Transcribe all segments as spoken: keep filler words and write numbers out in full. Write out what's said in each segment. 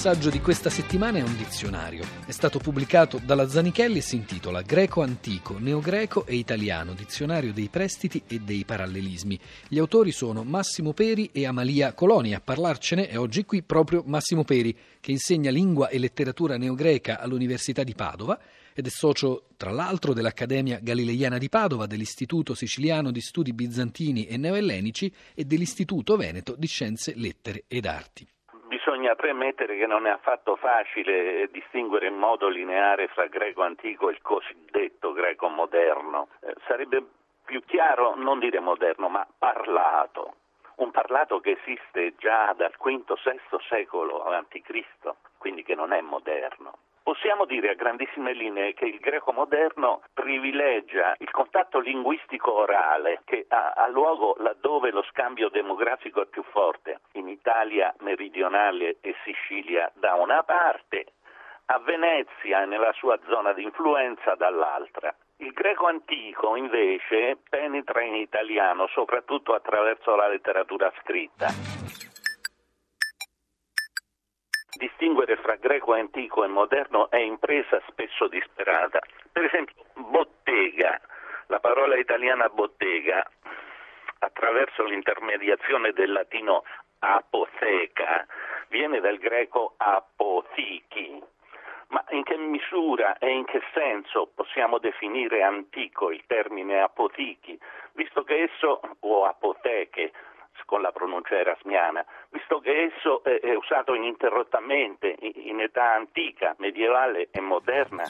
passaggio di questa settimana è un dizionario. È stato pubblicato dalla Zanichelli e si intitola Greco antico, neogreco e italiano, dizionario dei prestiti e dei parallelismi. Gli autori sono Massimo Peri e Amalia Coloni. A parlarcene è oggi qui proprio Massimo Peri, che insegna lingua e letteratura neogreca all'Università di Padova ed è socio, tra l'altro, dell'Accademia Galileiana di Padova, dell'Istituto Siciliano di Studi Bizantini e Neoellenici e dell'Istituto Veneto di Scienze, Lettere ed Arti. Bisogna premettere che non è affatto facile distinguere in modo lineare fra greco antico e il cosiddetto greco moderno. Eh, sarebbe più chiaro non dire moderno, ma parlato. Un parlato che esiste già dal quinto sesto secolo avanti Cristo, quindi che non è moderno. Possiamo dire a grandissime linee che il greco moderno privilegia il contatto linguistico orale che ha, ha luogo laddove lo scambio demografico è più forte, in Italia meridionale e Sicilia da una parte, a Venezia e nella sua zona di influenza dall'altra. Il greco antico invece penetra in italiano soprattutto attraverso la letteratura scritta. Distinguere fra greco antico e moderno è impresa spesso disperata. Per esempio, bottega, la parola italiana bottega, attraverso l'intermediazione del latino apotheca, viene dal greco apothiki. Ma in che misura e in che senso possiamo definire antico il termine apothiki, visto che esso, o apoteche, con la pronuncia erasmiana, visto che esso è, è usato ininterrottamente in, in età antica, medievale e moderna?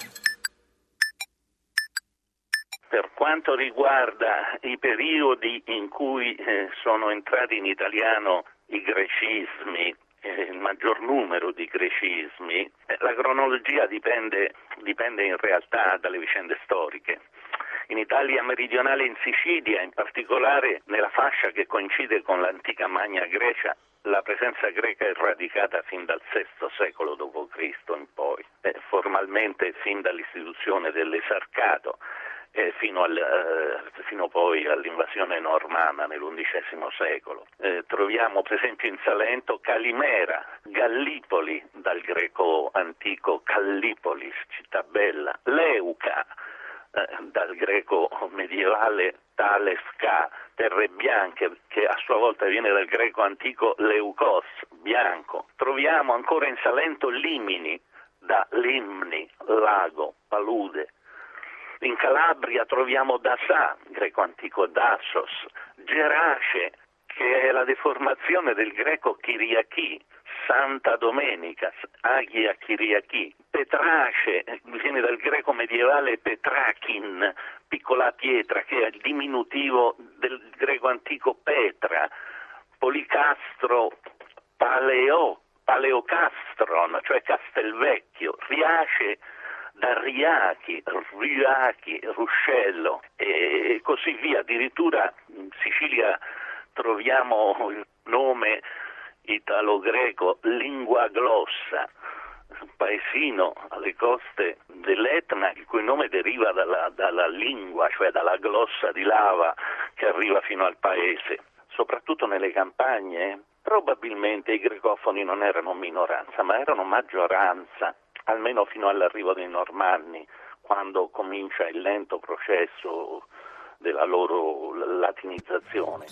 Per quanto riguarda i periodi in cui eh, sono entrati in italiano i grecismi, eh, il maggior numero di grecismi, eh, la cronologia dipende, dipende in realtà dalle vicende storiche. In Italia meridionale e in Sicilia, in particolare nella fascia che coincide con l'antica Magna Grecia, la presenza greca è radicata fin dal sesto secolo dopo Cristo in poi, eh, formalmente fin dall'istituzione dell'esarcato, eh, fino, al, eh, fino poi all'invasione normanna nell'undicesimo secolo. Eh, troviamo per esempio in Salento Calimera, Gallipoli, dal greco antico Callipolis, città bella, Leuca, dal greco medievale Talesca, terre bianche, che a sua volta viene dal greco antico leukos, bianco. Troviamo ancora in Salento Limini, da limni, lago, palude. In Calabria troviamo Dassà, greco antico Dassos, Gerace, che è la deformazione del greco Kyriaki, Santa Domenica, Agia Kyriaki. Petrace viene dal greco medievale Petrakin, piccola pietra, che è il diminutivo del greco antico Petra. Policastro, Paleo, Paleocastron, cioè Castelvecchio. Riace da Riachi, Riachi, Ruscello e così via. Addirittura in Sicilia troviamo il nome italo-greco Lingua Glossa, un paesino alle coste dell'Etna, il cui nome deriva dalla, dalla lingua, cioè dalla glossa di lava che arriva fino al paese. Soprattutto nelle campagne, probabilmente i grecofoni non erano minoranza, ma erano maggioranza, almeno fino all'arrivo dei Normanni, quando comincia il lento processo della loro latinizzazione.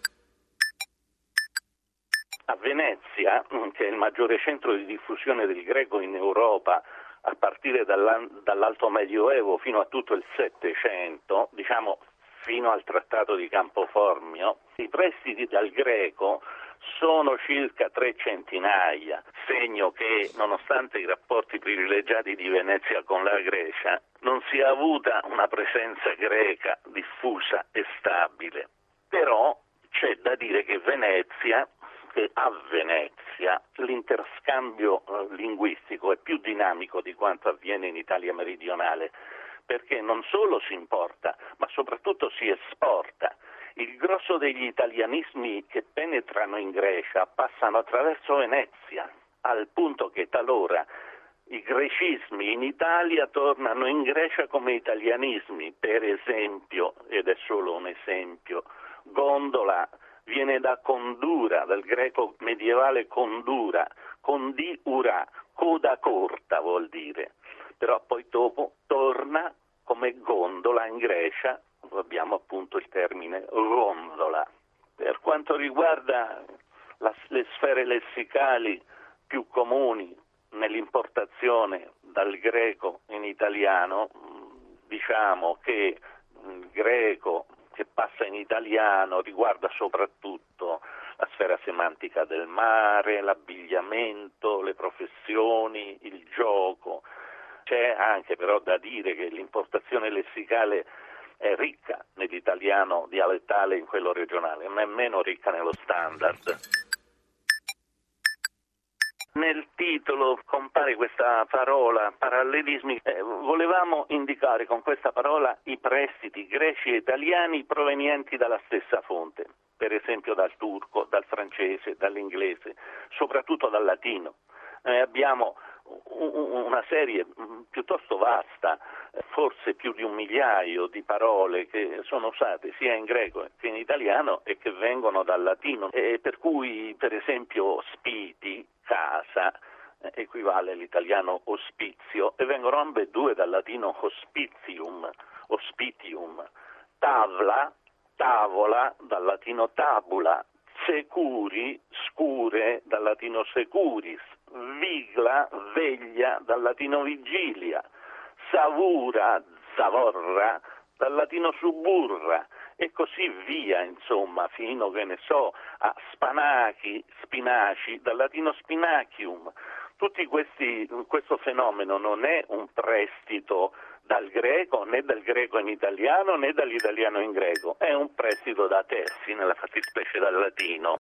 A Venezia, che è il maggiore centro di diffusione del greco in Europa, a partire dall'Alto Medioevo fino a tutto il Settecento, diciamo fino al Trattato di Campoformio, i prestiti dal greco sono circa tre centinaia, segno che, nonostante i rapporti privilegiati di Venezia con la Grecia, non si è avuta una presenza greca diffusa e stabile. Però c'è da dire che Venezia, che a Venezia l'interscambio eh, linguistico è più dinamico di quanto avviene in Italia meridionale, perché non solo si importa, ma soprattutto si esporta. Il grosso degli italianismi che penetrano in Grecia passano attraverso Venezia, al punto che talora i grecismi in Italia tornano in Grecia come italianismi. Per esempio, ed è solo un esempio, gondola viene da condura, dal greco medievale condura, condiura, coda corta vuol dire, però poi dopo torna come gondola in Grecia, dove abbiamo appunto il termine gondola. Per quanto riguarda la, le sfere lessicali più comuni nell'importazione dal greco in italiano, diciamo che il greco che passa in italiano riguarda soprattutto la sfera semantica del mare, l'abbigliamento, le professioni, il gioco. C'è anche però da dire che l'importazione lessicale è ricca nell'italiano dialettale e in quello regionale, ma è meno ricca nello standard. Nel titolo compare questa parola, parallelismi. Eh, volevamo indicare con questa parola i prestiti greci e italiani provenienti dalla stessa fonte, per esempio dal turco, dal francese, dall'inglese, soprattutto dal latino. Noi abbiamo una serie piuttosto vasta, forse più di un migliaio di parole che sono usate sia in greco che in italiano e che vengono dal latino, e per cui per esempio spiti, casa, equivale all'italiano ospizio e vengono ambedue dal latino hospitium, ospitium, tavla, tavola dal latino tabula, securi, scure dal latino securis, vigla, veglia dal latino vigilia, savura, zavorra dal latino suburra e così via, insomma, fino, che ne so, a spanachi, spinaci dal latino spinacium. Tutti questi, questo fenomeno non è un prestito dal greco, né dal greco in italiano, né dall'italiano in greco, è un prestito da terzi, nella fattispecie dal latino.